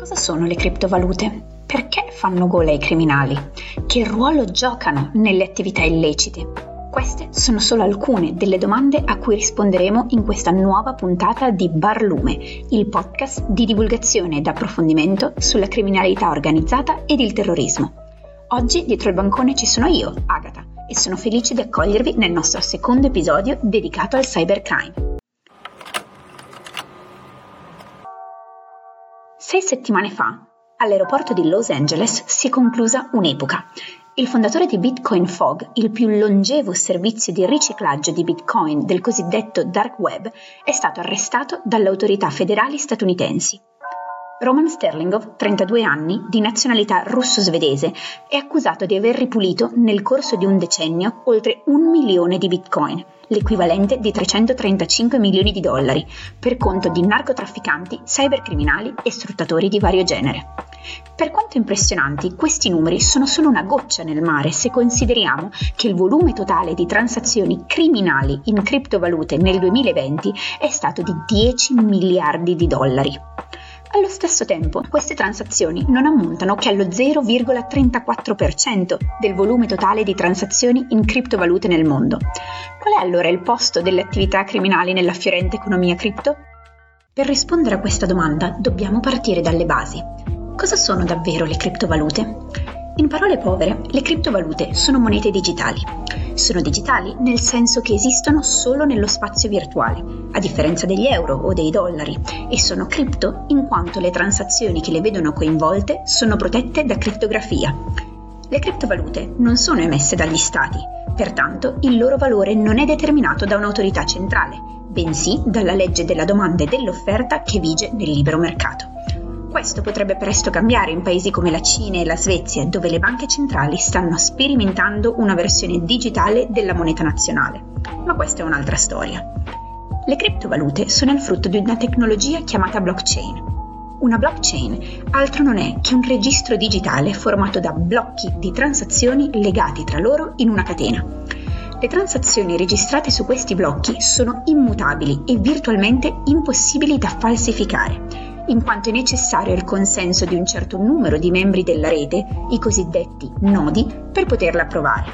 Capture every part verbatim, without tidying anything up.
Cosa sono le criptovalute? Perché fanno gola ai criminali? Che ruolo giocano nelle attività illecite? Queste sono solo alcune delle domande a cui risponderemo in questa nuova puntata di Barlume, il podcast di divulgazione ed approfondimento sulla criminalità organizzata ed il terrorismo. Oggi dietro il bancone ci sono io, Agata, e sono felice di accogliervi nel nostro secondo episodio dedicato al cybercrime. Sei settimane fa, all'aeroporto di Los Angeles si è conclusa un'epoca. Il fondatore di Bitcoin Fog, il più longevo servizio di riciclaggio di Bitcoin del cosiddetto Dark Web, è stato arrestato dalle autorità federali statunitensi. Roman Sterlingov, trentadue anni, di nazionalità russo-svedese, è accusato di aver ripulito nel corso di un decennio oltre un milione di Bitcoin, l'equivalente di trecentotrentacinque milioni di dollari, per conto di narcotrafficanti, cybercriminali e sfruttatori di vario genere. Per quanto impressionanti, questi numeri sono solo una goccia nel mare se consideriamo che il volume totale di transazioni criminali in criptovalute nel duemilaventi è stato di dieci miliardi di dollari. Allo stesso tempo, queste transazioni non ammontano che allo zero virgola trentaquattro per cento del volume totale di transazioni in criptovalute nel mondo. Qual è allora il posto delle attività criminali nella fiorente economia cripto? Per rispondere a questa domanda dobbiamo partire dalle basi. Cosa sono davvero le criptovalute? In parole povere, le criptovalute sono monete digitali. Sono digitali nel senso che esistono solo nello spazio virtuale, a differenza degli euro o dei dollari, e sono cripto in quanto le transazioni che le vedono coinvolte sono protette da crittografia. Le criptovalute non sono emesse dagli stati, pertanto il loro valore non è determinato da un'autorità centrale, bensì dalla legge della domanda e dell'offerta che vige nel libero mercato. Questo potrebbe presto cambiare in paesi come la Cina e la Svezia, dove le banche centrali stanno sperimentando una versione digitale della moneta nazionale. Ma questa è un'altra storia. Le criptovalute sono il frutto di una tecnologia chiamata blockchain. Una blockchain altro non è che un registro digitale formato da blocchi di transazioni legati tra loro in una catena. Le transazioni registrate su questi blocchi sono immutabili e virtualmente impossibili da falsificare, in quanto è necessario il consenso di un certo numero di membri della rete, i cosiddetti nodi, per poterla approvare.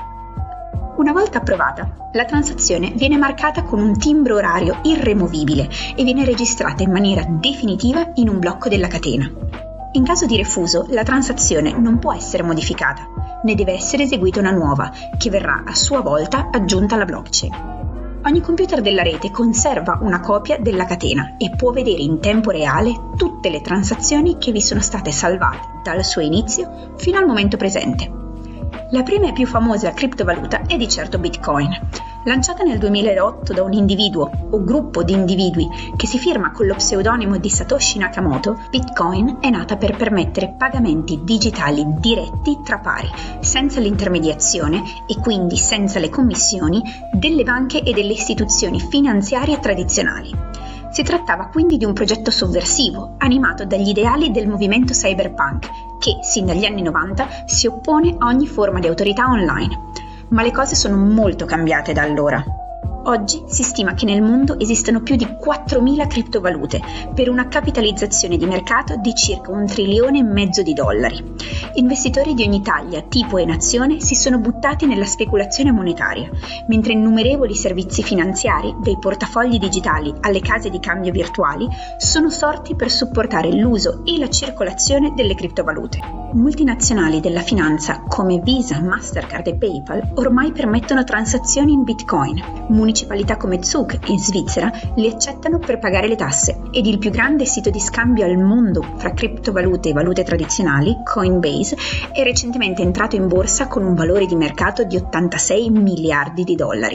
Una volta approvata, la transazione viene marcata con un timbro orario irremovibile e viene registrata in maniera definitiva in un blocco della catena. In caso di refuso, la transazione non può essere modificata, ne deve essere eseguita una nuova, che verrà a sua volta aggiunta alla blockchain. Ogni computer della rete conserva una copia della catena e può vedere in tempo reale tutte le transazioni che vi sono state salvate dal suo inizio fino al momento presente. La prima e più famosa criptovaluta è di certo Bitcoin. Lanciata nel duemilaotto da un individuo o gruppo di individui che si firma con lo pseudonimo di Satoshi Nakamoto, Bitcoin è nata per permettere pagamenti digitali diretti tra pari, senza l'intermediazione e quindi senza le commissioni delle banche e delle istituzioni finanziarie tradizionali. Si trattava quindi di un progetto sovversivo, animato dagli ideali del movimento cyberpunk, che, sin dagli anni novanta, si oppone a ogni forma di autorità online. Ma le cose sono molto cambiate da allora. Oggi si stima che nel mondo esistano più di quattromila criptovalute, per una capitalizzazione di mercato di circa un trilione e mezzo di dollari. Investitori di ogni taglia, tipo e nazione si sono buttati nella speculazione monetaria, mentre innumerevoli servizi finanziari, dai portafogli digitali alle case di cambio virtuali, sono sorti per supportare l'uso e la circolazione delle criptovalute. Multinazionali della finanza come Visa, Mastercard e PayPal ormai permettono transazioni in Bitcoin. Municipalità come Zug in Svizzera li accettano per pagare le tasse ed il più grande sito di scambio al mondo fra criptovalute e valute tradizionali, Coinbase, è recentemente entrato in borsa con un valore di mercato di ottantasei miliardi di dollari.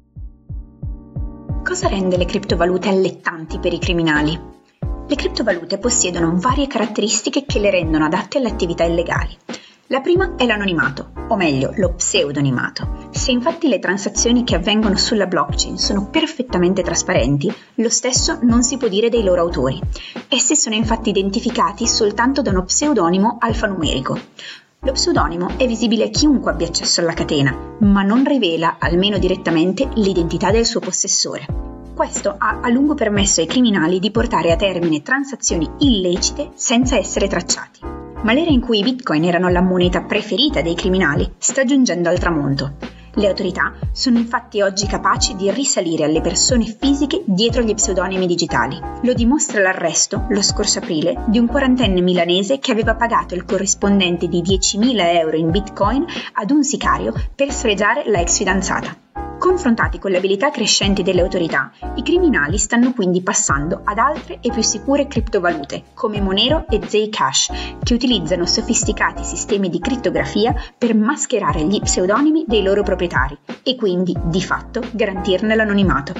Cosa rende le criptovalute allettanti per i criminali? Le criptovalute possiedono varie caratteristiche che le rendono adatte alle attività illegali. La prima è l'anonimato, o meglio, lo pseudonimato. Se infatti le transazioni che avvengono sulla blockchain sono perfettamente trasparenti, lo stesso non si può dire dei loro autori. Essi sono infatti identificati soltanto da uno pseudonimo alfanumerico. Lo pseudonimo è visibile a chiunque abbia accesso alla catena, ma non rivela, almeno direttamente, l'identità del suo possessore. Questo ha a lungo permesso ai criminali di portare a termine transazioni illecite senza essere tracciati. Ma l'era in cui i bitcoin erano la moneta preferita dei criminali sta giungendo al tramonto. Le autorità sono infatti oggi capaci di risalire alle persone fisiche dietro gli pseudonimi digitali. Lo dimostra l'arresto, lo scorso aprile, di un quarantenne milanese che aveva pagato il corrispondente di diecimila euro in bitcoin ad un sicario per sfregiare la ex fidanzata. Confrontati con le abilità crescenti delle autorità, i criminali stanno quindi passando ad altre e più sicure criptovalute, come Monero e Zcash, che utilizzano sofisticati sistemi di crittografia per mascherare gli pseudonimi dei loro proprietari e quindi, di fatto, garantirne l'anonimato.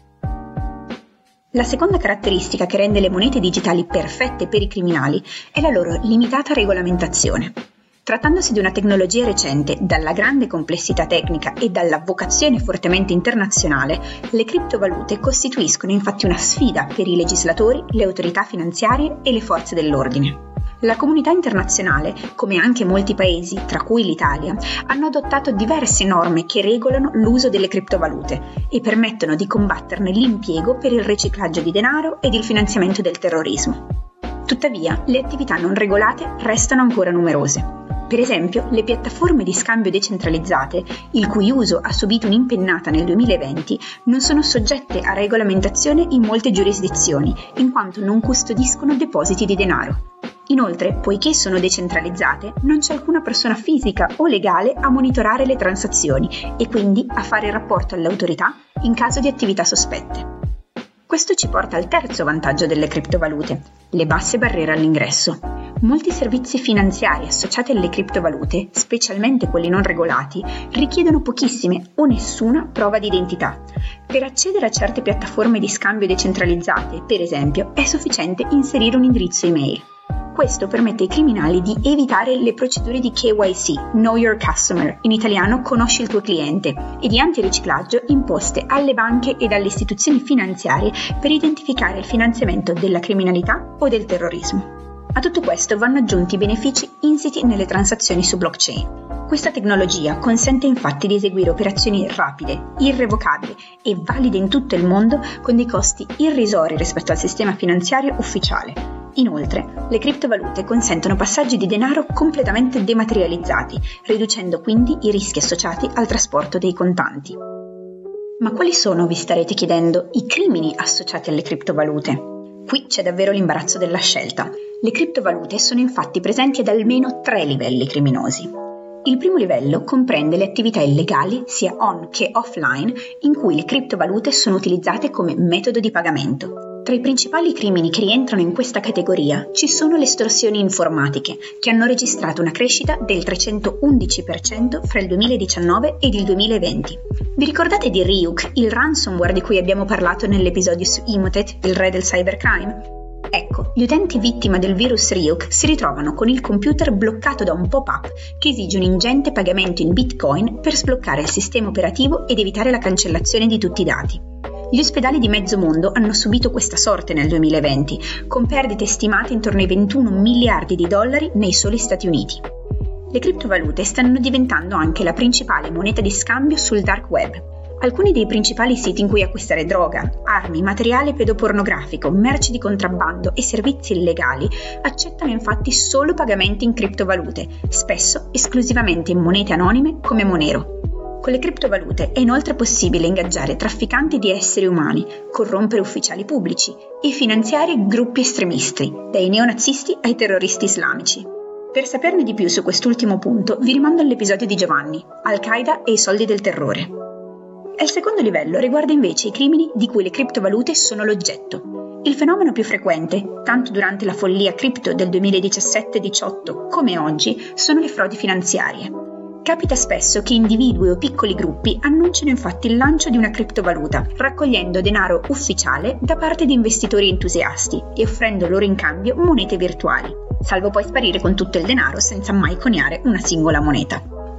La seconda caratteristica che rende le monete digitali perfette per i criminali è la loro limitata regolamentazione. Trattandosi di una tecnologia recente, dalla grande complessità tecnica e dalla vocazione fortemente internazionale, le criptovalute costituiscono infatti una sfida per i legislatori, le autorità finanziarie e le forze dell'ordine. La comunità internazionale, come anche molti paesi, tra cui l'Italia, hanno adottato diverse norme che regolano l'uso delle criptovalute e permettono di combatterne l'impiego per il riciclaggio di denaro ed il finanziamento del terrorismo. Tuttavia, le attività non regolate restano ancora numerose. Per esempio, le piattaforme di scambio decentralizzate, il cui uso ha subito un'impennata nel duemilaventi, non sono soggette a regolamentazione in molte giurisdizioni, in quanto non custodiscono depositi di denaro. Inoltre, poiché sono decentralizzate, non c'è alcuna persona fisica o legale a monitorare le transazioni e quindi a fare rapporto alle autorità in caso di attività sospette. Questo ci porta al terzo vantaggio delle criptovalute, le basse barriere all'ingresso. Molti servizi finanziari associati alle criptovalute, specialmente quelli non regolati, richiedono pochissime o nessuna prova di identità. Per accedere a certe piattaforme di scambio decentralizzate, per esempio, è sufficiente inserire un indirizzo email. Questo permette ai criminali di evitare le procedure di K Y C, Know Your Customer, in italiano conosci il tuo cliente, e di antiriciclaggio imposte alle banche ed alle istituzioni finanziarie per identificare il finanziamento della criminalità o del terrorismo. A tutto questo vanno aggiunti i benefici insiti nelle transazioni su blockchain. Questa tecnologia consente infatti di eseguire operazioni rapide, irrevocabili e valide in tutto il mondo con dei costi irrisori rispetto al sistema finanziario ufficiale. Inoltre, le criptovalute consentono passaggi di denaro completamente dematerializzati, riducendo quindi i rischi associati al trasporto dei contanti. Ma quali sono, vi starete chiedendo, i crimini associati alle criptovalute? Qui c'è davvero l'imbarazzo della scelta. Le criptovalute sono infatti presenti ad almeno tre livelli criminosi. Il primo livello comprende le attività illegali, sia on che offline, in cui le criptovalute sono utilizzate come metodo di pagamento. Tra i principali crimini che rientrano in questa categoria ci sono le estorsioni informatiche, che hanno registrato una crescita del trecentoundici per cento fra il duemiladiciannove ed il duemilaventi. Vi ricordate di Ryuk, il ransomware di cui abbiamo parlato nell'episodio su Emotet, il re del cybercrime? Ecco, gli utenti vittima del virus Ryuk si ritrovano con il computer bloccato da un pop-up che esige un ingente pagamento in bitcoin per sbloccare il sistema operativo ed evitare la cancellazione di tutti i dati. Gli ospedali di mezzo mondo hanno subito questa sorte nel duemilaventi, con perdite stimate intorno ai ventuno miliardi di dollari nei soli Stati Uniti. Le criptovalute stanno diventando anche la principale moneta di scambio sul dark web. Alcuni dei principali siti in cui acquistare droga, armi, materiale pedopornografico, merci di contrabbando e servizi illegali accettano infatti solo pagamenti in criptovalute, spesso esclusivamente in monete anonime come Monero. Con le criptovalute è inoltre possibile ingaggiare trafficanti di esseri umani, corrompere ufficiali pubblici e finanziare gruppi estremisti, dai neonazisti ai terroristi islamici. Per saperne di più su quest'ultimo punto vi rimando all'episodio di Giovanni, Al-Qaeda e i soldi del terrore. Il secondo livello riguarda invece i crimini di cui le criptovalute sono l'oggetto. Il fenomeno più frequente, tanto durante la follia cripto del duemiladiciassette diciotto come oggi, sono le frodi finanziarie. Capita spesso che individui o piccoli gruppi annunciano infatti il lancio di una criptovaluta, raccogliendo denaro ufficiale da parte di investitori entusiasti e offrendo loro in cambio monete virtuali, salvo poi sparire con tutto il denaro senza mai coniare una singola moneta.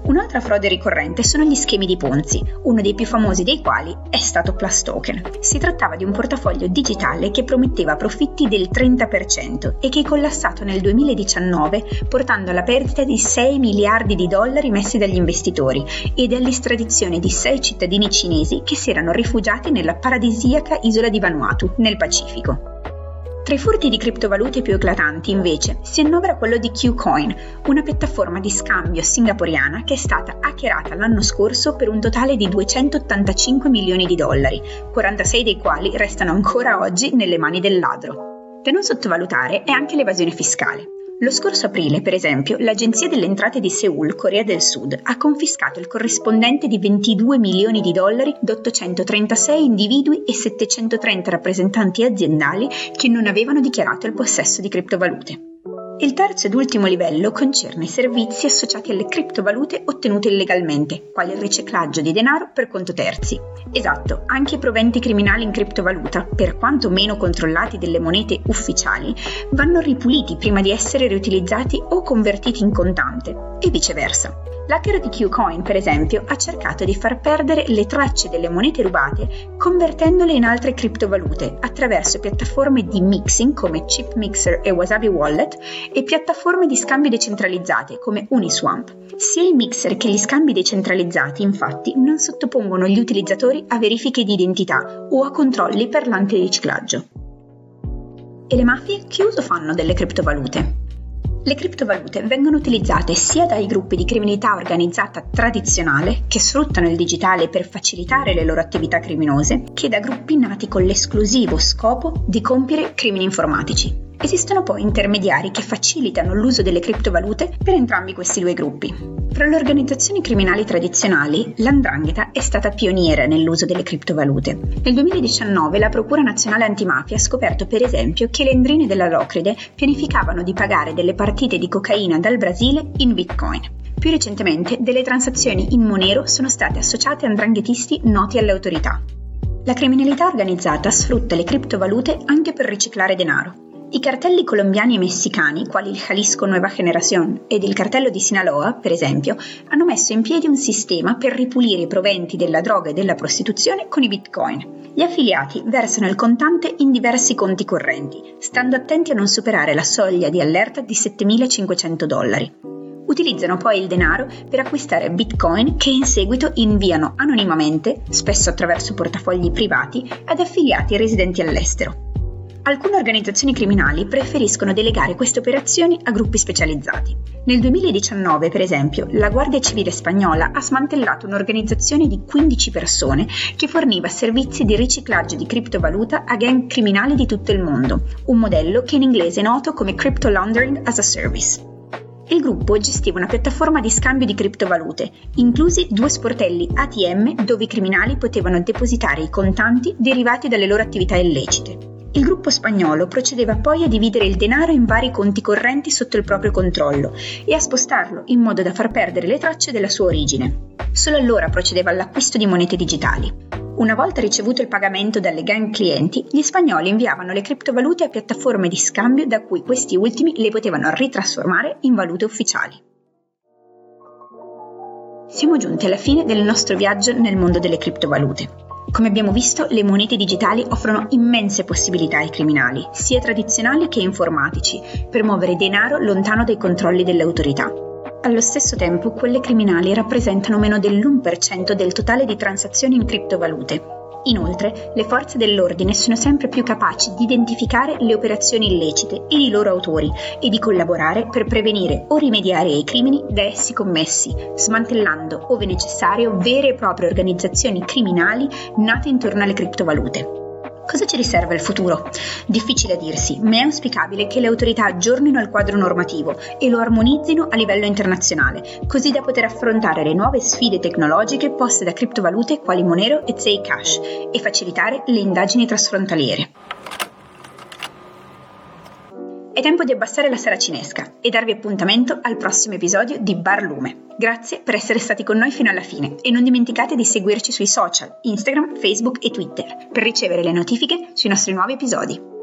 Un'altra frode ricorrente sono gli schemi di Ponzi, uno dei più famosi dei quali è stato Plus Token. Si trattava di un portafoglio digitale che prometteva profitti del trenta per cento e che è collassato nel duemiladiciannove portando alla perdita di sei miliardi di dollari messi dagli investitori ed all'estradizione di sei cittadini cinesi che si erano rifugiati nella paradisiaca isola di Vanuatu, nel Pacifico. Tra i furti di criptovalute più eclatanti, invece, si annovera quello di KuCoin, una piattaforma di scambio singaporiana che è stata hackerata l'anno scorso per un totale di duecentottantacinque milioni di dollari, quarantasei dei quali restano ancora oggi nelle mani del ladro. Da non sottovalutare è anche l'evasione fiscale. Lo scorso aprile, per esempio, l'Agenzia delle Entrate di Seul, Corea del Sud, ha confiscato il corrispondente di ventidue milioni di dollari da ottocentotrentasei individui e settecentotrenta rappresentanti aziendali che non avevano dichiarato il possesso di criptovalute. Il terzo ed ultimo livello concerne i servizi associati alle criptovalute ottenute illegalmente, quali il riciclaggio di denaro per conto terzi. Esatto, anche i proventi criminali in criptovaluta, per quanto meno controllati delle monete ufficiali, vanno ripuliti prima di essere riutilizzati o convertiti in contante, e viceversa. L'hacker di KuCoin, per esempio, ha cercato di far perdere le tracce delle monete rubate convertendole in altre criptovalute attraverso piattaforme di mixing come Chipmixer e Wasabi Wallet e piattaforme di scambio decentralizzate come Uniswap. Sia i mixer che gli scambi decentralizzati, infatti, non sottopongono gli utilizzatori a verifiche di identità o a controlli per l'antiriciclaggio. E le mafie che uso fanno delle criptovalute? Le criptovalute vengono utilizzate sia dai gruppi di criminalità organizzata tradizionale, che sfruttano il digitale per facilitare le loro attività criminose, che da gruppi nati con l'esclusivo scopo di compiere crimini informatici. Esistono poi intermediari che facilitano l'uso delle criptovalute per entrambi questi due gruppi. Fra le organizzazioni criminali tradizionali, l'Ndrangheta è stata pioniera nell'uso delle criptovalute. Nel duemiladiciannove la Procura Nazionale Antimafia ha scoperto per esempio che le endrine della Locride pianificavano di pagare delle partite di cocaina dal Brasile in Bitcoin. Più recentemente, delle transazioni in Monero sono state associate a 'ndranghetisti noti alle autorità. La criminalità organizzata sfrutta le criptovalute anche per riciclare denaro. I cartelli colombiani e messicani, quali il Jalisco Nueva Generación ed il cartello di Sinaloa, per esempio, hanno messo in piedi un sistema per ripulire i proventi della droga e della prostituzione con i bitcoin. Gli affiliati versano il contante in diversi conti correnti, stando attenti a non superare la soglia di allerta di settemilacinquecento dollari. Utilizzano poi il denaro per acquistare bitcoin che in seguito inviano anonimamente, spesso attraverso portafogli privati, ad affiliati residenti all'estero. Alcune organizzazioni criminali preferiscono delegare queste operazioni a gruppi specializzati. Nel duemiladiciannove, per esempio, la Guardia Civile spagnola ha smantellato un'organizzazione di quindici persone che forniva servizi di riciclaggio di criptovaluta a gang criminali di tutto il mondo, un modello che in inglese è noto come Crypto Laundering as a Service. Il gruppo gestiva una piattaforma di scambio di criptovalute, inclusi due sportelli A T M dove i criminali potevano depositare i contanti derivati dalle loro attività illecite. Il gruppo spagnolo procedeva poi a dividere il denaro in vari conti correnti sotto il proprio controllo e a spostarlo in modo da far perdere le tracce della sua origine. Solo allora procedeva all'acquisto di monete digitali. Una volta ricevuto il pagamento dalle gang clienti, gli spagnoli inviavano le criptovalute a piattaforme di scambio da cui questi ultimi le potevano ritrasformare in valute ufficiali. Siamo giunti alla fine del nostro viaggio nel mondo delle criptovalute. Come abbiamo visto, le monete digitali offrono immense possibilità ai criminali, sia tradizionali che informatici, per muovere denaro lontano dai controlli delle autorità. Allo stesso tempo, quelle criminali rappresentano meno dell'uno per cento del totale di transazioni in criptovalute. Inoltre, le forze dell'ordine sono sempre più capaci di identificare le operazioni illecite e i loro autori e di collaborare per prevenire o rimediare ai crimini da essi commessi, smantellando, ove necessario, vere e proprie organizzazioni criminali nate intorno alle criptovalute. Cosa ci riserva il futuro? Difficile a dirsi, ma è auspicabile che le autorità aggiornino il quadro normativo e lo armonizzino a livello internazionale, così da poter affrontare le nuove sfide tecnologiche poste da criptovalute quali Monero e Zcash e facilitare le indagini trasfrontaliere. È tempo di abbassare la saracinesca e darvi appuntamento al prossimo episodio di Bar Lume. Grazie per essere stati con noi fino alla fine e non dimenticate di seguirci sui social, Instagram, Facebook e Twitter per ricevere le notifiche sui nostri nuovi episodi.